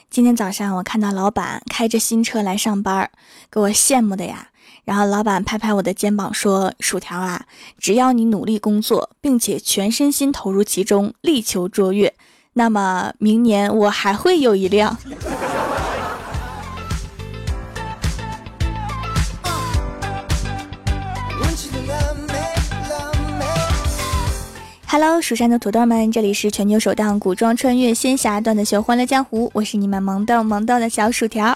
今天早上我看到老板开着新车来上班，给我羡慕的呀。然后老板拍拍我的肩膀说：薯条啊，只要你努力工作，并且全身心投入其中，力求卓越，那么明年我还会有一辆。Hello， 蜀山的土豆们，这里是全球首档古装穿越仙侠段子秀《欢乐江湖》，我是你们萌豆的小薯条。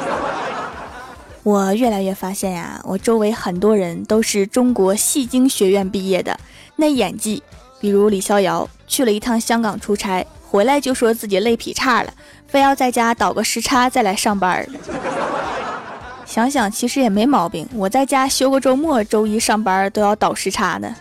我越来越发现呀，我周围很多人都是中国戏精学院毕业的，那演技，比如李逍遥去了一趟香港出差，回来就说自己累劈叉了，非要在家倒个时差再来上班。想想其实也没毛病，我在家休个周末，周一上班都要倒时差呢。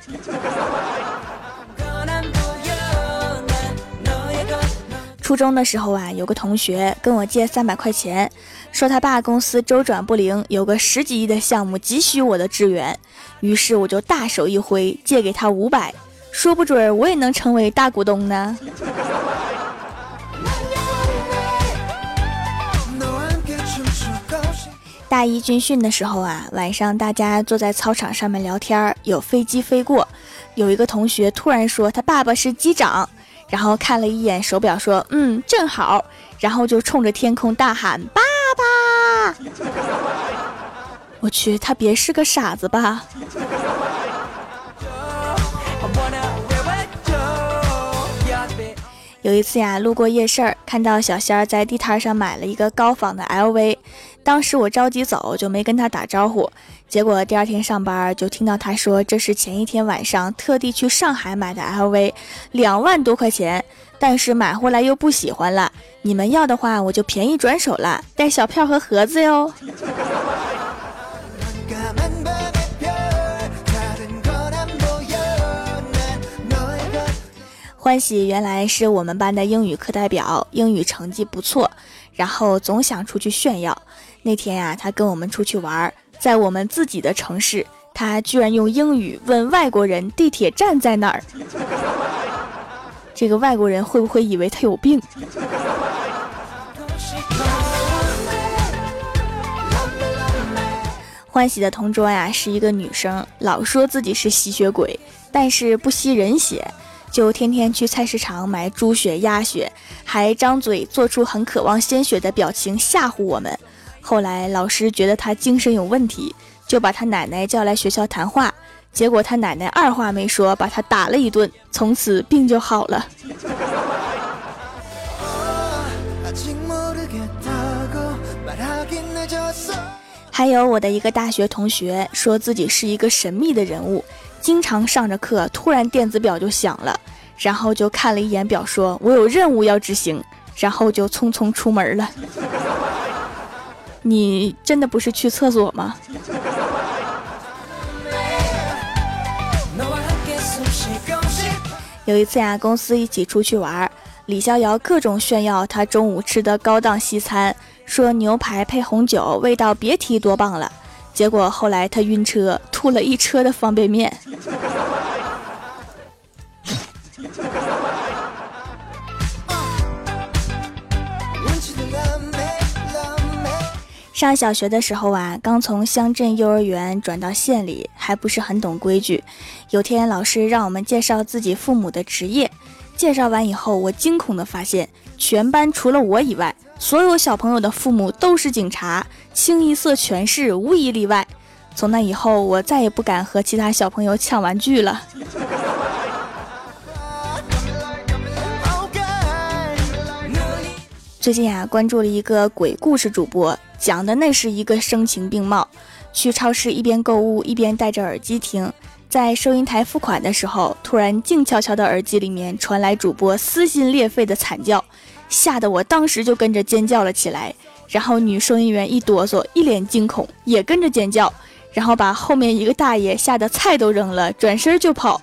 初中的时候啊，有个同学跟我借300块钱，说他爸公司周转不灵，有个10几亿的项目急需我的支援。于是我就大手一挥，借给他500，说不准我也能成为大股东呢。大一军训的时候啊，晚上大家坐在操场上面聊天，有飞机飞过，有一个同学突然说他爸爸是机长。然后看了一眼手表说正好，然后就冲着天空大喊爸爸。我去，他别是个傻子吧。有一次呀，路过夜市，看到小仙儿在地摊上买了一个高仿的 LV， 当时我着急走就没跟他打招呼，结果第二天上班就听到他说这是前一天晚上特地去上海买的 LV，2万多块钱，但是买回来又不喜欢了，你们要的话我就便宜转手了，带小票和盒子哟。欢喜原来是我们班的英语课代表，英语成绩不错，然后总想出去炫耀。那天呀，他跟我们出去玩，在我们自己的城市，他居然用英语问外国人地铁站在哪儿。这个外国人会不会以为他有病？欢喜的同桌呀是一个女生，老说自己是吸血鬼，但是不吸人血，就天天去菜市场买猪血鸭血，还张嘴做出很渴望鲜血的表情吓唬我们。后来老师觉得他精神有问题，就把他奶奶叫来学校谈话，结果他奶奶二话没说把他打了一顿，从此病就好了。还有我的一个大学同学说自己是一个神秘的人物，经常上着课突然电子表就响了，然后就看了一眼表说我有任务要执行，然后就匆匆出门了。你真的不是去厕所吗？有一次呀，公司一起出去玩，李逍遥各种炫耀他中午吃的高档西餐，说牛排配红酒味道别提多棒了，结果后来他晕车，吐了一车的方便面。上小学的时候啊，刚从乡镇幼儿园转到县里，还不是很懂规矩。有天老师让我们介绍自己父母的职业，介绍完以后，我惊恐地发现，全班除了我以外，所有小朋友的父母都是警察，清一色全是，无一例外。从那以后，我再也不敢和其他小朋友抢玩具了。最近啊，关注了一个鬼故事主播，讲的那是一个声情并茂，去超市一边购物一边戴着耳机听，在收银台付款的时候，突然静悄悄的耳机里面传来主播撕心裂肺的惨叫，吓得我当时就跟着尖叫了起来，然后女收银员一哆嗦，一脸惊恐，也跟着尖叫，然后把后面一个大爷吓得菜都扔了，转身就跑。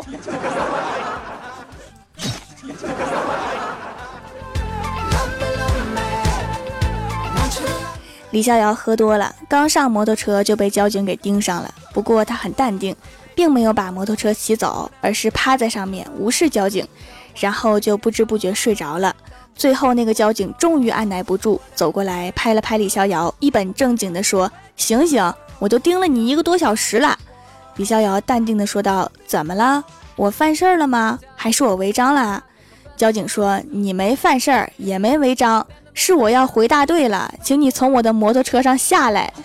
李逍遥喝多了，刚上摩托车就被交警给盯上了，不过他很淡定，并没有把摩托车骑走，而是趴在上面无视交警，然后就不知不觉睡着了。 最后那个交警终于按耐不住，走过来拍了拍李逍遥，一本正经地说：醒醒，我都盯了你1个多小时了。李逍遥淡定地说道：怎么了？我犯事儿了吗？还是我违章了？交警说：你没犯事儿，也没违章，是我要回大队了，请你从我的摩托车上下来。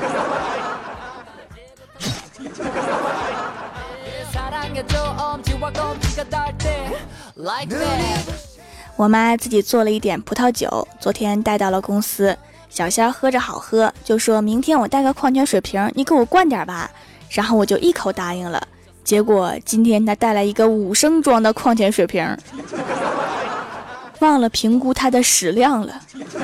我妈自己做了一点葡萄酒，昨天带到了公司。小仙喝着好喝，就说明天我带个矿泉水瓶，你给我灌点吧。然后我就一口答应了。结果今天他带来一个5升装的矿泉水瓶，忘了评估它的食量了。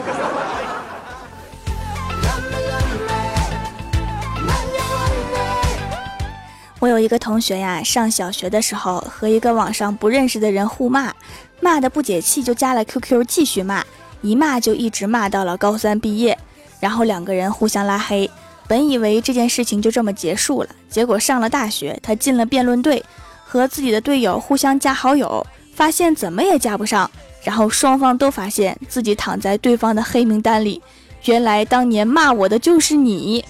我有一个同学呀，上小学的时候和一个网上不认识的人互骂，骂得不解气就加了 QQ 继续骂，一骂就一直骂到了高3毕业，然后2个人互相拉黑。本以为这件事情就这么结束了，结果上了大学，他进了辩论队，和自己的队友互相加好友，发现怎么也加不上，然后双方都发现自己躺在对方的黑名单里，原来当年骂我的就是你。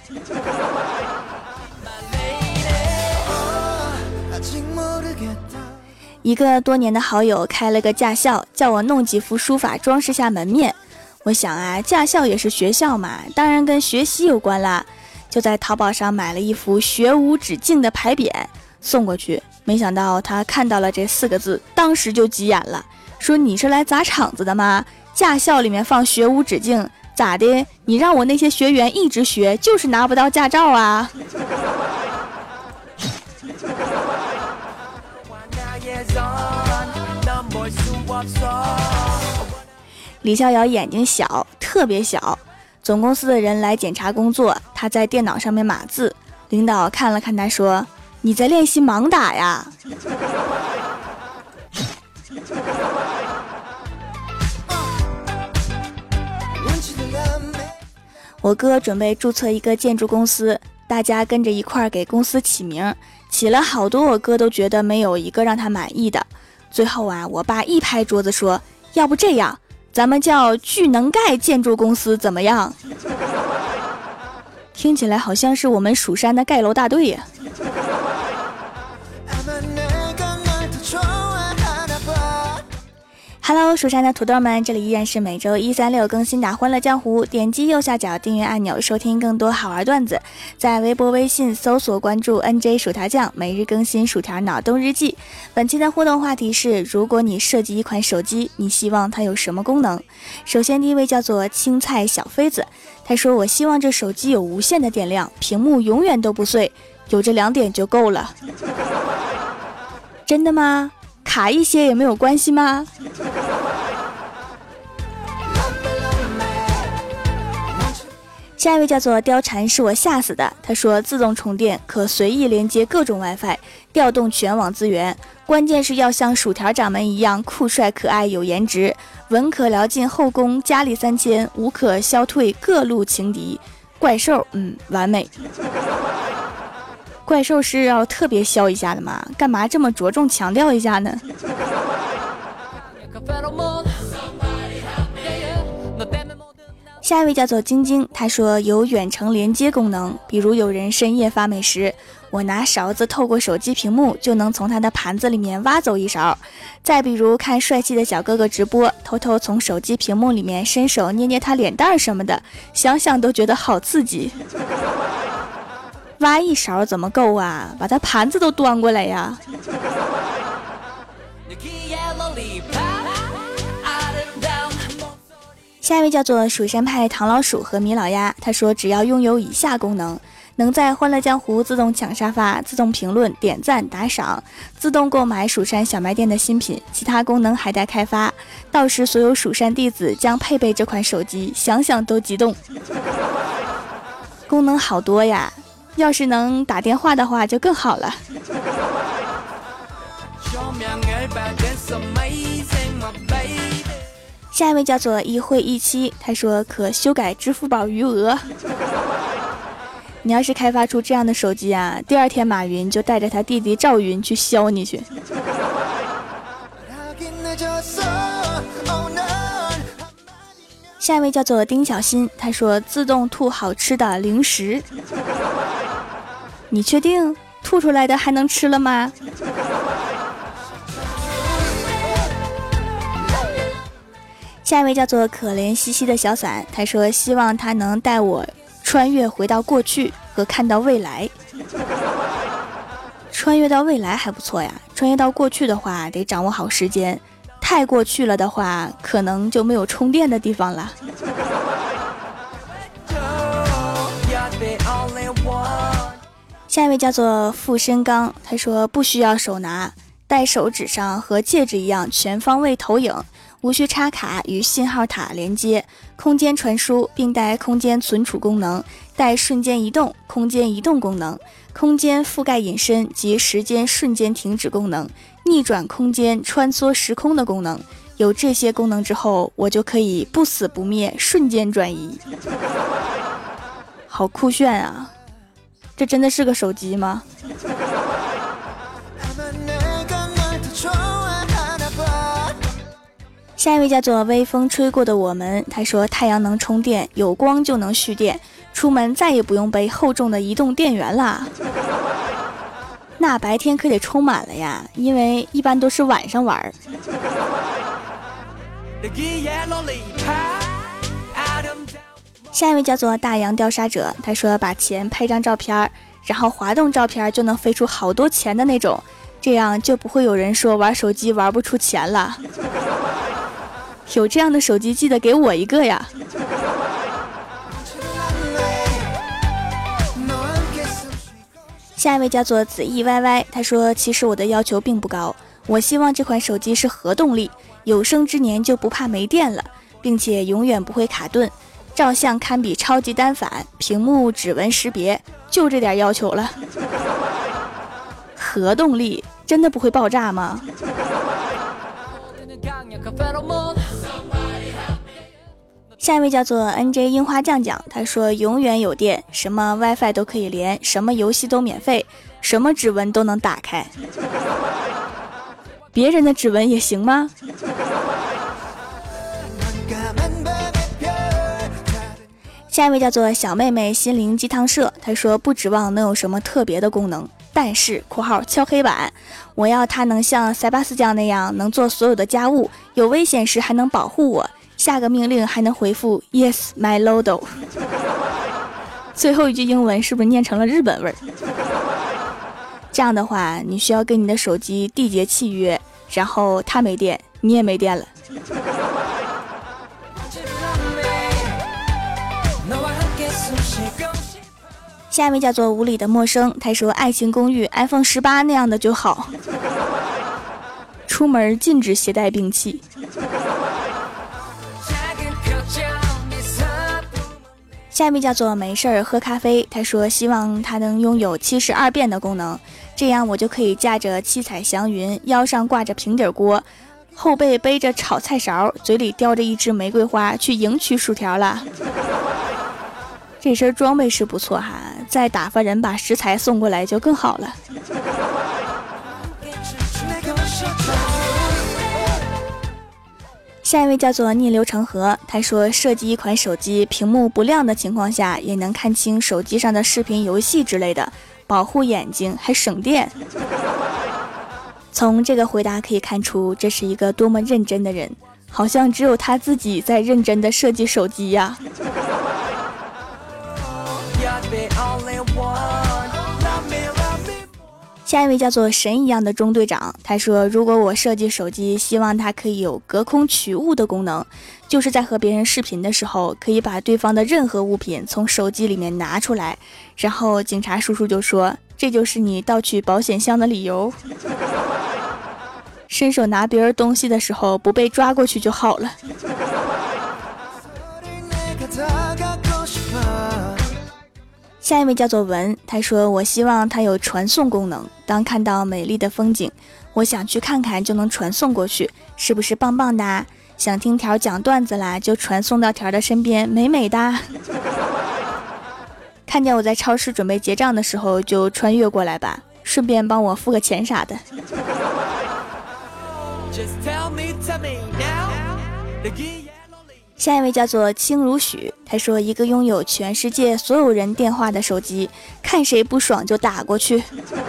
一个多年的好友开了个驾校，叫我弄几幅书法装饰下门面。我想啊，驾校也是学校嘛，当然跟学习有关啦。就在淘宝上买了一幅学无止境的牌匾送过去，没想到他看到了这4个字，当时就急眼了，说你是来砸场子的吗？驾校里面放学无止境咋的？你让我那些学员一直学，就是拿不到驾照啊。李逍遥眼睛小，特别小，总公司的人来检查工作，他在电脑上面码字，领导看了看他说：你在练习盲打呀。我哥准备注册一个建筑公司，大家跟着一块儿给公司起名，起了好多，我哥都觉得没有一个让他满意的。最后啊，我爸一拍桌子说：要不这样，咱们叫聚能盖建筑公司怎么样？听起来好像是我们蜀山的盖楼大队呀。Hello， 蜀山的土豆们，这里依然是每周1、3、6更新的欢乐江湖。点击右下角订阅按钮，收听更多好玩段子。在微博、微信搜索关注 NJ 薯条酱，每日更新薯条脑洞日记。本期的互动话题是：如果你设计一款手机，你希望它有什么功能？首先，第一位叫做青菜小妃子，他说：我希望这手机有无限的电量，屏幕永远都不碎，有这2点就够了。真的吗？卡一些也没有关系吗？下一位叫做貂蝉，是我吓死的。他说自动充电，可随意连接各种 WiFi， 调动全网资源，关键是要像薯条掌门一样酷帅可爱有颜值，文可撩尽后宫佳丽3000，武可消退各路情敌。怪兽，完美。怪兽是要特别削一下的吗？干嘛这么着重强调一下呢？下一位叫做晶晶，他说有远程连接功能，比如有人深夜发美食，我拿勺子透过手机屏幕就能从他的盘子里面挖走一勺。再比如看帅气的小哥哥直播，偷偷从手机屏幕里面伸手捏捏他脸蛋什么的，想想都觉得好刺激。挖一勺怎么够啊？把他盘子都端过来呀！下一位叫做蜀山派唐老鼠和米老鸭，他说只要拥有以下功能：能在欢乐江湖自动抢沙发、自动评论、点赞、打赏、自动购买蜀山小卖店的新品，其他功能还待开发。到时所有蜀山弟子将配备这款手机，想想都激动。功能好多呀！要是能打电话的话就更好了。下一位叫做一会一期，他说可修改支付宝余额。你要是开发出这样的手机啊，第2天马云就带着他弟弟赵云去削你去。 下一位叫做丁小新，他说自动吐好吃的零食。你确定吐出来的还能吃了吗？下一位叫做可怜兮兮的小伞，他说希望他能带我穿越回到过去和看到未来。穿越到未来还不错呀，穿越到过去的话得掌握好时间，太过去了的话可能就没有充电的地方了。下一位叫做傅申刚，他说不需要手拿，戴手指上和戒指一样全方位投影，无需插卡与信号塔连接，空间传输，并带空间存储功能，带瞬间移动、空间移动功能，空间覆盖隐身及时间瞬间停止功能，逆转空间穿梭时空的功能。有这些功能之后，我就可以不死不灭，瞬间转移。好酷炫啊！这真的是个手机吗？下一位叫做微风吹过的我们，他说太阳能充电，有光就能蓄电，出门再也不用背厚重的移动电源啦。那白天可得充满了呀，因为一般都是晚上玩。下一位叫做大洋调查者，他说把钱拍张照片，然后滑动照片就能飞出好多钱的那种，这样就不会有人说玩手机玩不出钱了。有这样的手机记得给我一个呀。下一位叫做子毅歪歪，他说其实我的要求并不高，我希望这款手机是核动力，有生之年就不怕没电了，并且永远不会卡顿，照相堪比超级单反，屏幕指纹识别，就这点要求了。核动力真的不会爆炸吗？下一位叫做 NJ 樱花酱酱，他说永远有电，什么 WiFi 都可以连，什么游戏都免费，什么指纹都能打开。别人的指纹也行吗？下一位叫做小妹妹心灵鸡汤社，她说不指望能有什么特别的功能，但是（括号敲黑板）我要它能像塞巴斯酱那样能做所有的家务，有危险时还能保护我，下个命令还能回复 Yes my Lord。 最后一句英文是不是念成了日本味儿？这样的话你需要跟你的手机缔结契约，然后它没电你也没电了。下一位叫做无理的陌生，他说爱情公寓 iPhone 18那样的就好，出门禁止携带兵器。下一位叫做没事儿喝咖啡，他说希望他能拥有72变的功能，这样我就可以驾着七彩祥云，腰上挂着平底锅，后背背着炒菜勺，嘴里叼着一支玫瑰花去迎娶薯条了。这身装备是不错哈，再打发人把食材送过来就更好了。下一位叫做逆流成河，他说设计一款手机屏幕不亮的情况下也能看清手机上的视频游戏之类的，保护眼睛还省电。从这个回答可以看出这是一个多么认真的人，好像只有他自己在认真的设计手机呀。下一位叫做神一样的中队长，他说如果我设计手机希望它可以有隔空取物的功能，就是在和别人视频的时候可以把对方的任何物品从手机里面拿出来，然后警察叔叔就说这就是你盗取保险箱的理由。伸手拿别人东西的时候不被抓过去就好了。下一位叫做文，他说我希望它有传送功能，当看到美丽的风景，我想去看看就能传送过去，是不是棒棒的？想听条讲段子啦，就传送到条的身边，美美的。看见我在超市准备结账的时候就穿越过来吧，顺便帮我付个钱啥的。 下一位叫做轻如许，他说一个拥有全世界所有人电话的手机，看谁不爽就打过去。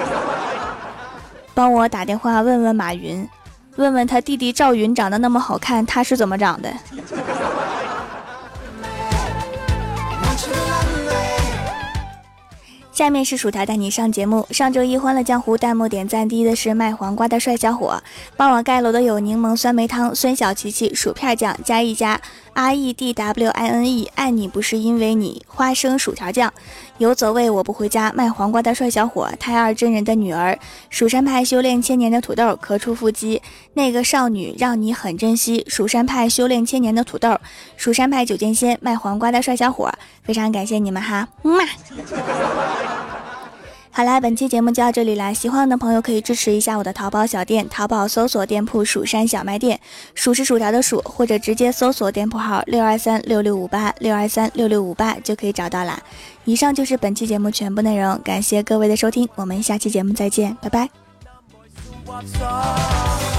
帮我打电话问问马云，问问他弟弟赵云长得那么好看，他是怎么长的。下面是薯条带你上节目。上周一欢乐江湖弹幕点赞第一的是卖黄瓜的帅小伙，帮我盖楼的有柠檬酸梅汤、孙小琪琪、薯片酱加一加 REDWINE 爱你不是因为你花生薯条酱，游走位我不回家卖黄瓜的帅小伙，胎儿真人的女儿，蜀山派修炼千年的土豆，咳出腹肌，那个少女让你很珍惜，蜀山派修炼千年的土豆，蜀山派九剑仙卖黄瓜的帅小伙，非常感谢你们哈，好啦，本期节目就到这里啦，喜欢的朋友可以支持一下我的淘宝小店，淘宝搜索店铺蜀山小卖店，蜀是薯条的蜀，或者直接搜索店铺号6236658，6236658就可以找到啦。以上就是本期节目全部内容，感谢各位的收听，我们下期节目再见，拜拜。